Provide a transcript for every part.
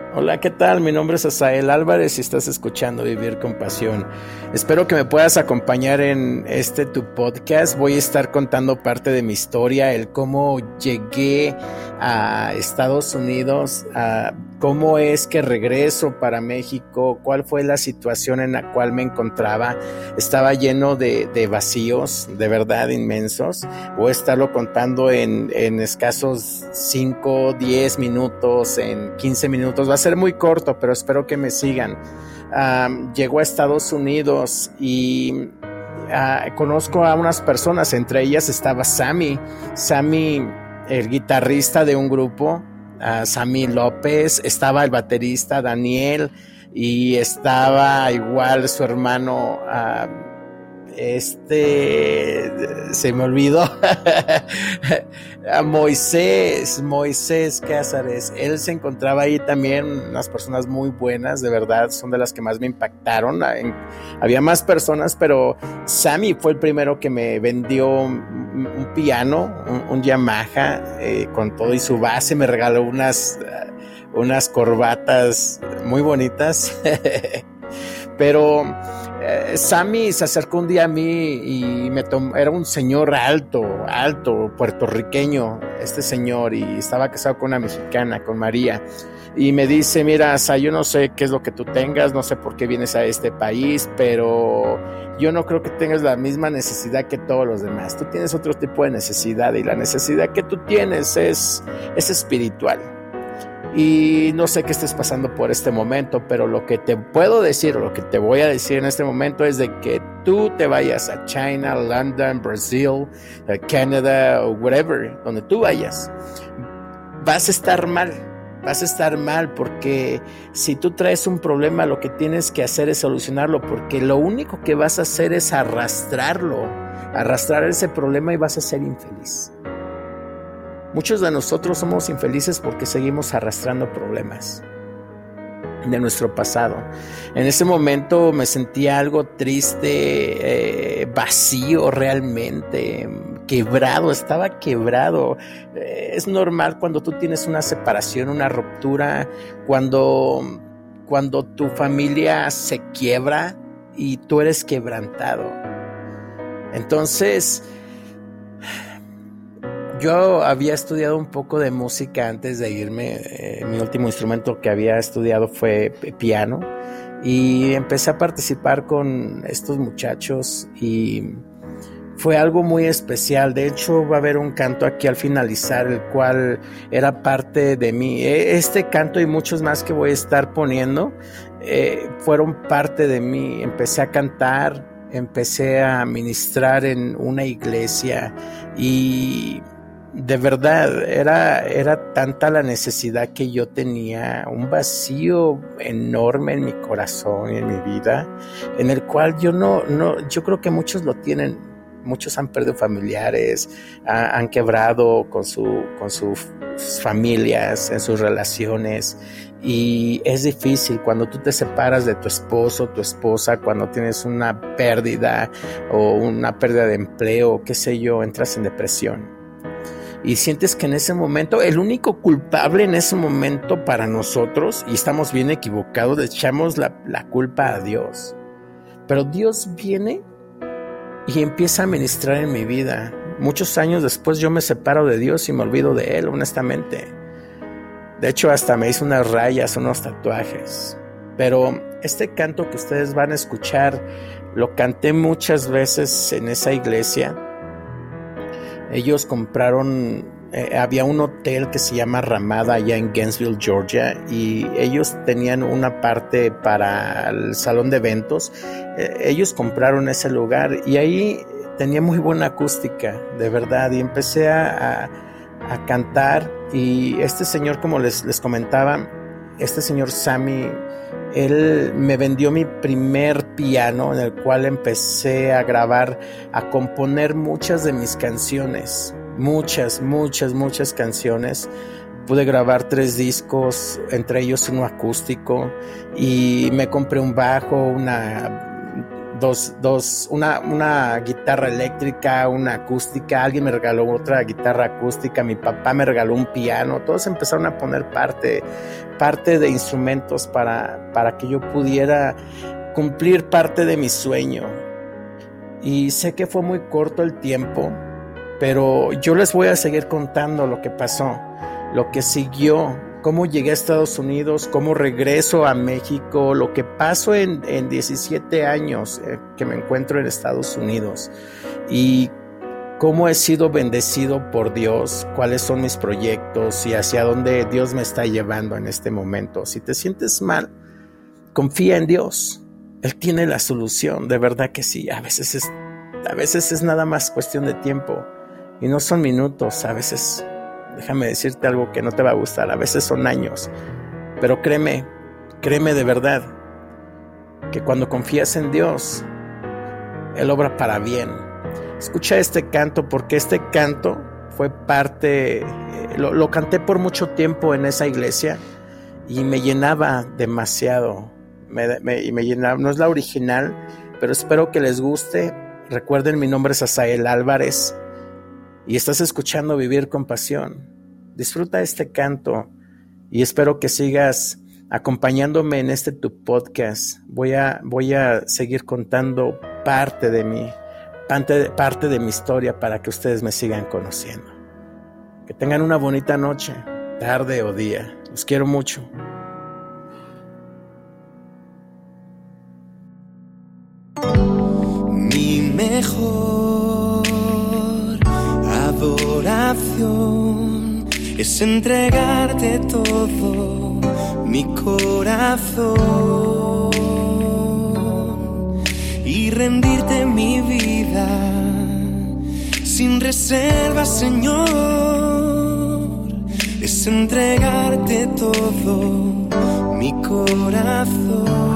Hola, ¿qué tal? Mi nombre es Asael Álvarez y estás escuchando Vivir con Pasión. Espero que me puedas acompañar en tu podcast. Voy a estar contando parte de mi historia, el cómo llegué a Estados Unidos, cómo es que regreso para México, cuál fue la situación en la cual me encontraba. Estaba lleno de vacíos, de verdad inmensos. Voy a estarlo contando en escasos 5, 10 minutos, en 15 minutos. Va a ser muy corto, pero espero que me sigan. Llego a Estados Unidos y conozco a unas personas, entre ellas estaba Sammy, el guitarrista de un grupo, Sammy López, estaba el baterista Daniel y estaba igual su hermano, se me olvidó, a Moisés Cázares. Él se encontraba ahí también, unas personas muy buenas, de verdad, son de las que más me impactaron. Había más personas, pero Sammy fue el primero que me vendió un piano, un Yamaha, con todo y su base. Me regaló unas corbatas muy bonitas. Pero Sammy se acercó un día a mí y era un señor alto, puertorriqueño, este señor, y estaba casado con una mexicana, con María, y me dice: mira, yo no sé qué es lo que tú tengas, no sé por qué vienes a este país, pero yo no creo que tengas la misma necesidad que todos los demás. Tú tienes otro tipo de necesidad, y la necesidad que tú tienes es espiritual. Y no sé qué estés pasando por este momento, pero lo que te puedo decir, o lo que te voy a decir en este momento, es de que tú te vayas a China, London, Brasil, Canadá o wherever, donde tú vayas, vas a estar mal, porque si tú traes un problema, lo que tienes que hacer es solucionarlo, porque lo único que vas a hacer es arrastrar ese problema, y vas a ser infeliz. Muchos de nosotros somos infelices porque seguimos arrastrando problemas de nuestro pasado. En ese momento me sentía algo triste, vacío realmente, estaba quebrado. Es normal cuando tú tienes una separación, una ruptura, cuando tu familia se quiebra y tú eres quebrantado. Entonces, yo había estudiado un poco de música antes de irme. Mi último instrumento que había estudiado fue piano, y empecé a participar con estos muchachos y fue algo muy especial. De hecho, va a haber un canto aquí al finalizar, el cual era parte de mí. Este canto y muchos más que voy a estar poniendo fueron parte de mí. Empecé a cantar, empecé a ministrar en una iglesia, y de verdad era tanta la necesidad que yo tenía, un vacío enorme en mi corazón y en mi vida, en el cual yo creo que muchos lo tienen. Muchos han perdido familiares, han quebrado con sus familias, en sus relaciones, y es difícil cuando tú te separas de tu esposo, tu esposa, cuando tienes una pérdida o una pérdida de empleo, qué sé yo, entras en depresión. Y sientes que en ese momento, el único culpable en ese momento para nosotros, y estamos bien equivocados, le echamos la culpa a Dios. Pero Dios viene y empieza a ministrar en mi vida. Muchos años después yo me separo de Dios y me olvido de Él, honestamente. De hecho, hasta me hice unas rayas, unos tatuajes. Pero este canto que ustedes van a escuchar, lo canté muchas veces en esa iglesia. Ellos compraron, había un hotel que se llama Ramada allá en Gainesville, Georgia, y ellos tenían una parte para el salón de eventos. Ellos compraron ese lugar y ahí tenía muy buena acústica, de verdad, y empecé a cantar. Y este señor, como les comentaba, este señor Sammy, él me vendió mi primer piano, en el cual empecé a grabar, a componer muchas de mis canciones, muchas canciones. Pude grabar 3 discos, entre ellos uno acústico, y me compré un bajo, una una guitarra eléctrica, una acústica, alguien me regaló otra guitarra acústica, mi papá me regaló un piano, todos empezaron a poner parte de instrumentos para que yo pudiera cumplir parte de mi sueño. Y sé que fue muy corto el tiempo, pero yo les voy a seguir contando lo que pasó, lo que siguió, cómo llegué a Estados Unidos, cómo regreso a México, lo que pasó en 17 años que me encuentro en Estados Unidos y cómo he sido bendecido por Dios, cuáles son mis proyectos y hacia dónde Dios me está llevando en este momento. Si te sientes mal, confía en Dios. Él tiene la solución, de verdad que sí. A veces es nada más cuestión de tiempo y no son minutos. A veces, déjame decirte algo que no te va a gustar, a veces son años. Pero créeme de verdad que cuando confías en Dios, Él obra para bien. Escucha este canto, porque este canto fue parte, lo canté por mucho tiempo en esa iglesia y me llenaba demasiado. Me llenaba, no es la original, pero espero que les guste. Recuerden, mi nombre es Asael Álvarez y estás escuchando Vivir con Pasión. Disfruta este canto y espero que sigas acompañándome en este tu podcast. Voy a seguir contando parte de mi historia para que ustedes me sigan conociendo. Que tengan una bonita noche, tarde o día. Los quiero mucho. Mi mejor adoración es entregarte todo mi corazón y rendirte mi vida sin reserva, Señor. Es entregarte todo mi corazón.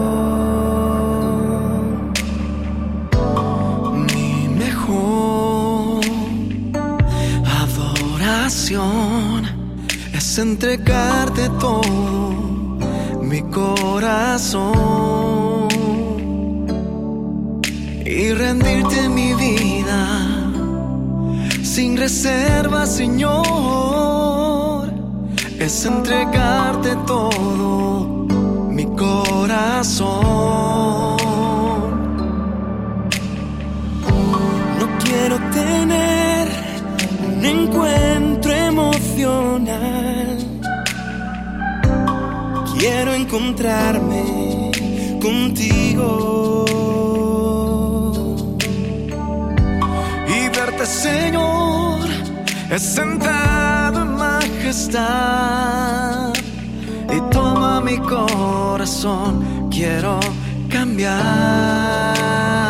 Es entregarte todo mi corazón y rendirte mi vida sin reserva, Señor. Es entregarte todo mi corazón. No quiero tener un encuentro emocional, quiero encontrarme contigo y verte, Señor, sentado en majestad. Y toma mi corazón, quiero cambiar.